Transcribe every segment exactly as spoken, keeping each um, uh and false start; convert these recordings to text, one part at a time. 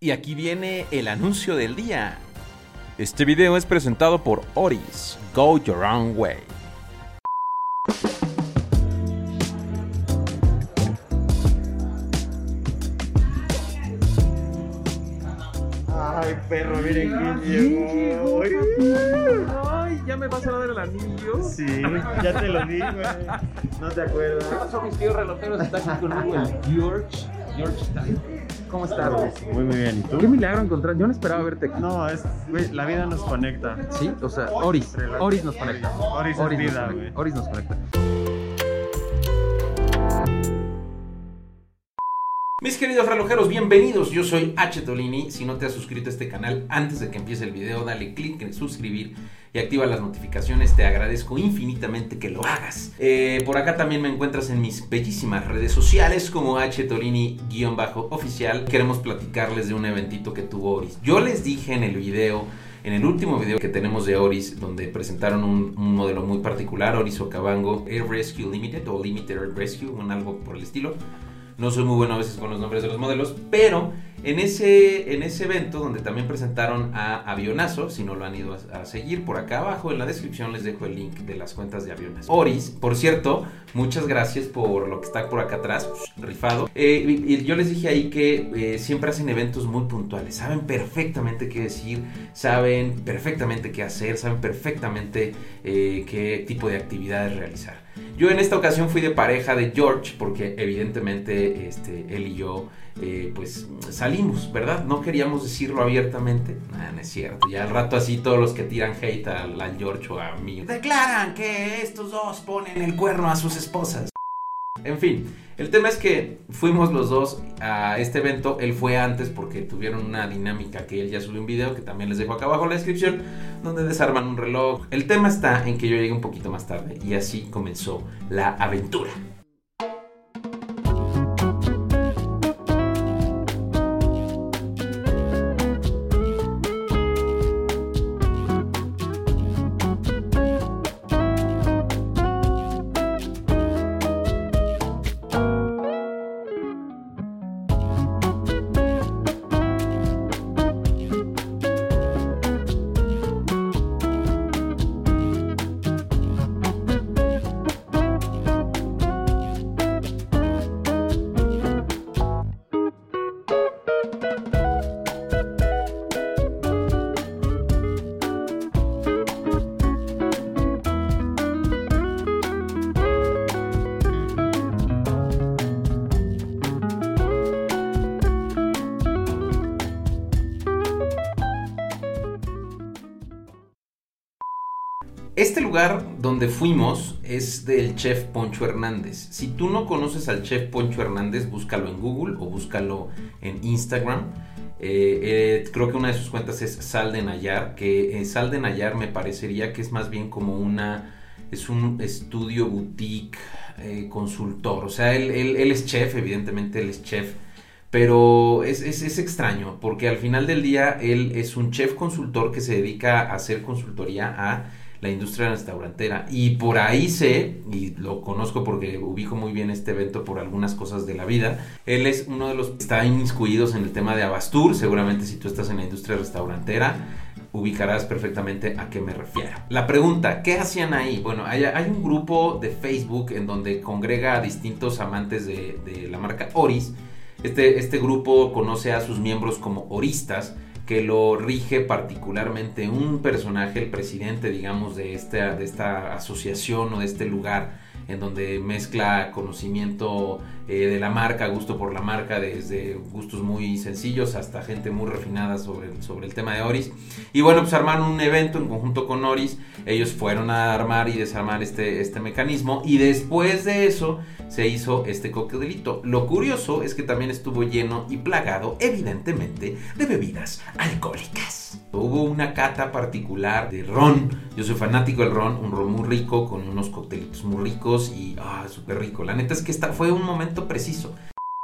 Y aquí viene el anuncio del día. Este video es presentado por Oris. Go your own way. Ay, perro, miren quién llegó. Ay, ¿ya me vas a dar el anillo? Sí, ya te lo di, güey. No te acuerdas. ¿Qué pasó, mis tíos relojeros? Está aquí conmigo el George. George Stein. ¿Cómo estás, güey? Muy, muy bien. ¿Y tú? Qué milagro encontrar. Yo no esperaba verte aquí. No, es, güey, la vida nos conecta. Sí, o sea, Oris. Oris nos conecta. Oris es vida, güey. Oris nos conecta. Mis queridos relojeros, bienvenidos. Yo soy H. Tolini. Si no te has suscrito a este canal antes de que empiece el video, dale click en suscribir y activa las notificaciones. Te agradezco infinitamente que lo hagas. Eh, por acá también me encuentras en mis bellísimas redes sociales como H. Tolini-oficial. Queremos platicarles de un eventito que tuvo Oris. Yo les dije en el video, en el último video que tenemos de Oris, donde presentaron un, un modelo muy particular, Oris Okavango Air Rescue Limited o Limited Air Rescue, un algo por el estilo. No soy muy bueno a veces con los nombres de los modelos, pero en ese, en ese evento donde también presentaron a Avionazo, si no lo han ido a, a seguir, por acá abajo en la descripción les dejo el link de las cuentas de Avionazo. Oris, por cierto, muchas gracias por lo que está por acá atrás, rifado. Eh, y, y yo les dije ahí que eh, siempre hacen eventos muy puntuales, saben perfectamente qué decir, saben perfectamente qué hacer, saben perfectamente eh, qué tipo de actividades realizar. Yo en esta ocasión fui de pareja de George porque evidentemente este, él y yo eh, pues salimos, ¿verdad? No queríamos decirlo abiertamente. Nah, no es cierto. Ya al rato así todos los que tiran hate al, al George o a mí declaran que estos dos ponen el cuerno a sus esposas. En fin, el tema es que fuimos los dos a este evento. Él fue antes porque tuvieron una dinámica que él ya subió un video que también les dejo acá abajo en la descripción, donde desarman un reloj. El tema está en que yo llegué un poquito más tarde y así comenzó la aventura. Este lugar donde fuimos es del chef Poncho Hernández. Si tú no conoces al chef Poncho Hernández, búscalo en Google o búscalo en Instagram. Eh, eh, creo que una de sus cuentas es Sal de Nayar, que eh, Sal de Nayar me parecería que es más bien como una... es un estudio boutique eh, consultor. O sea, él, él, él es chef, evidentemente él es chef. Pero es, es, es extraño porque al final del día él es un chef consultor que se dedica a hacer consultoría a la industria restaurantera, y por ahí sé, y lo conozco porque ubico muy bien este evento por algunas cosas de la vida. Él es uno de los que está inmiscuidos en el tema de Abastur. Seguramente si tú estás en la industria restaurantera ubicarás perfectamente a qué me refiero. La pregunta, ¿qué hacían ahí? Bueno, hay, hay un grupo de Facebook en donde congrega a distintos amantes de, de la marca Oris. Este, este grupo conoce a sus miembros como oristas, que lo rige particularmente un personaje, el presidente, digamos, de esta, de esta asociación o de este lugar, en donde mezcla conocimiento eh, de la marca, gusto por la marca, desde gustos muy sencillos hasta gente muy refinada sobre, sobre el tema de Oris. Y bueno, pues armaron un evento en conjunto con Oris. Ellos fueron a armar y desarmar este, este mecanismo, y después de eso se hizo este coctelito. Lo curioso es que también estuvo lleno y plagado, evidentemente, de bebidas alcohólicas. Hubo una cata particular de ron. Yo soy fanático del ron, un ron muy rico con unos coctelitos muy ricos y ah, súper rico. La neta es que esta fue un momento preciso.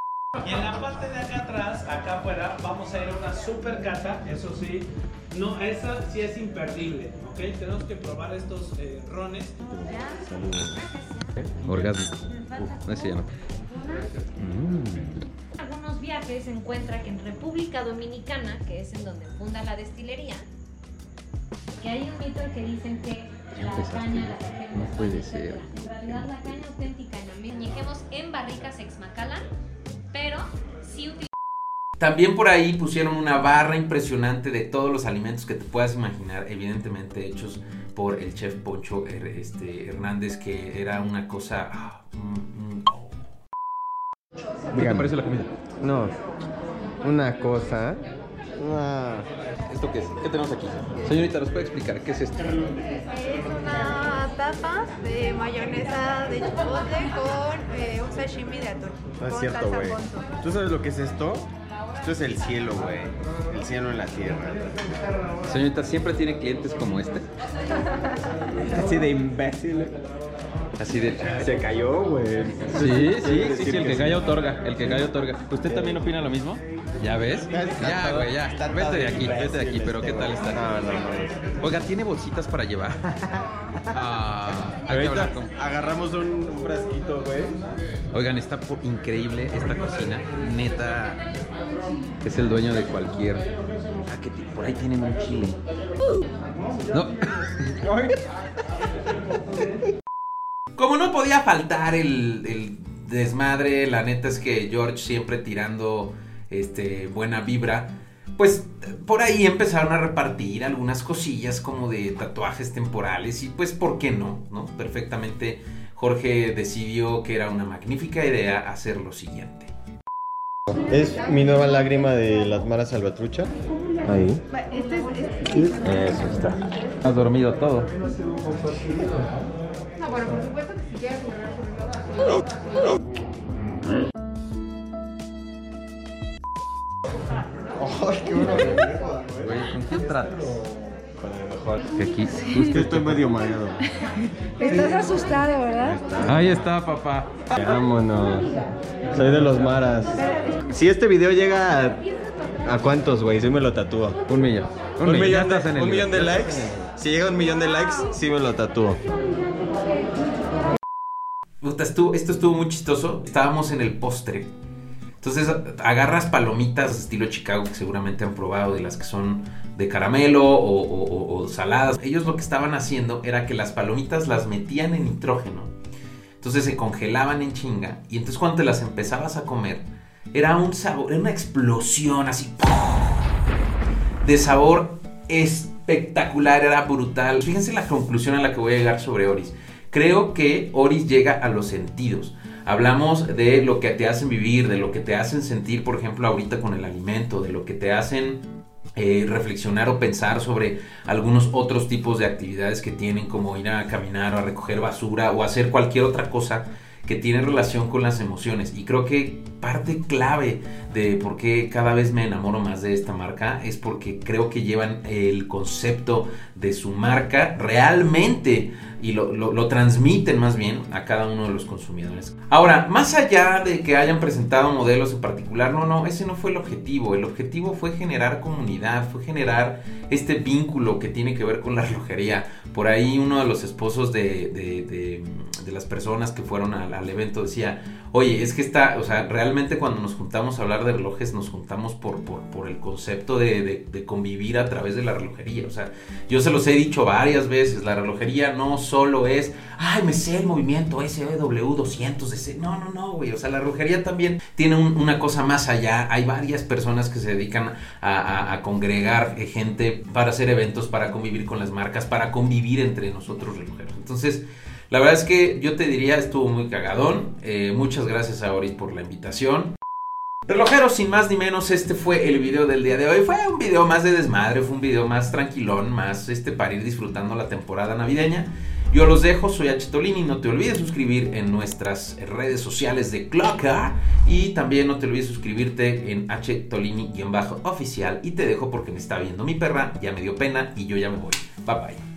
Y en la parte de acá atrás, acá afuera, vamos a ir a una super cata, eso sí. No, esa sí es imperdible, ¿ok? Tenemos que probar estos eh, rones. Orgasmo. Uf, ese ya no. Mm. viaje se encuentra que en República Dominicana, que es en donde funda la destilería, que hay un mito en que dicen que la caña la trajeron No puede ser. En realidad la caña auténtica en la añejemos en barricas ex Macallan, pero sí utilizamos. También por ahí pusieron una barra impresionante de todos los alimentos que te puedas imaginar, evidentemente hechos por el chef Poncho este, Hernández, que era una cosa... Ah, mm, mm, oh. ¿Qué te parece la comida? No, una cosa. Una... ¿Esto qué es? ¿Qué tenemos aquí? Señorita, ¿nos puede explicar qué es esto? Es una tapa de mayonesa de chipotle con eh, un sashimi de atún. No es con cierto, salsa güey. ponzu. ¿Tú sabes lo que es esto? Esto es el cielo, güey. El cielo en la tierra. Señorita, ¿siempre tiene clientes como este? Así de imbécil. Así de... Se cayó, güey. Sí, sí, sí, sí, el que calla otorga, el que calla otorga. ¿Usted también opina lo mismo? ¿Ya ves? Ya, güey, ya. Vete de aquí, vete de aquí, pero ¿qué tal está? No, no, no. Oiga, ¿tiene bolsitas para llevar? Ah, hay que Ahorita hablar con... agarramos un, un frasquito, güey. Oigan, está por- increíble esta cocina. Neta, es el dueño de cualquier... Ah, que ti- por ahí tienen un chile. No. Como no podía faltar el, el desmadre, la neta es que George siempre tirando este, buena vibra, pues por ahí empezaron a repartir algunas cosillas como de tatuajes temporales y pues ¿por qué no? ¿no? Perfectamente Jorge decidió que era una magnífica idea hacer lo siguiente. Es mi nueva lágrima de las maras salvatrucha. Ahí. Este es, este- Eso está. Has dormido todo. No, bueno, por supuesto que si quieres comer ¡Ay, qué bueno! Güey, ¿con quién tratas? Con el mejor. Que aquí... Es que estoy medio mareado. Estás asustado, ¿verdad? Ahí está, papá. Vámonos. Soy de los maras. Si este video llega a... ¿A cuántos, güey? Sí me lo tatúo. Un millón. Un, millón, ya de, estás en el un millón de ya likes. estás en el- Si llega a un millón de likes, sí me lo tatúo. Puta, estuvo- esto estuvo muy chistoso. Estábamos en el postre. Entonces agarras palomitas estilo Chicago que seguramente han probado, de las que son de caramelo o, o- o- o saladas. Ellos lo que estaban haciendo era que las palomitas las metían en nitrógeno. Entonces se congelaban en chinga. Y entonces cuando te las empezabas a comer, era un sabor, era una explosión así de sabor espectacular, era brutal. Fíjense la conclusión a la que voy a llegar sobre Oris. Creo que Oris llega a los sentidos. Hablamos de lo que te hacen vivir, de lo que te hacen sentir, por ejemplo, ahorita con el alimento, de lo que te hacen eh, reflexionar o pensar sobre algunos otros tipos de actividades que tienen, como ir a caminar o a recoger basura o hacer cualquier otra cosa que tiene relación con las emociones. Y creo que parte clave de por qué cada vez me enamoro más de esta marca es porque creo que llevan el concepto de su marca realmente y lo, lo, lo transmiten más bien a cada uno de los consumidores. Ahora, más allá de que hayan presentado modelos en particular, no, no, ese no fue el objetivo. El objetivo fue generar comunidad, fue generar este vínculo que tiene que ver con la relojería. Por ahí uno de los esposos de, de, de, de las personas que fueron al, al evento decía, oye, es que está, o sea, realmente cuando nos juntamos a hablar de relojes, nos juntamos por, por, por el concepto de, de, de convivir a través de la relojería. O sea, yo se los he dicho varias veces, la relojería no solo es, ay, me sé el movimiento S W doscientos de C. No, no, no, güey. O sea, la relojería también tiene un, una cosa más allá. Hay varias personas que se dedican a, a, a congregar gente para hacer eventos, para convivir con las marcas, para convivir entre nosotros relojeros. Entonces, la verdad es que yo te diría, estuvo muy cagadón. Eh, muchas gracias a Oris por la invitación. Relojeros, sin más ni menos, este fue el video del día de hoy. Fue un video más de desmadre, fue un video más tranquilón, más este para ir disfrutando la temporada navideña. Yo los dejo, soy H. Tolini, no te olvides suscribir en nuestras redes sociales de Clocker y también no te olvides suscribirte en H. Tolini-oficial y te dejo porque me está viendo mi perra, ya me dio pena y yo ya me voy. Bye bye.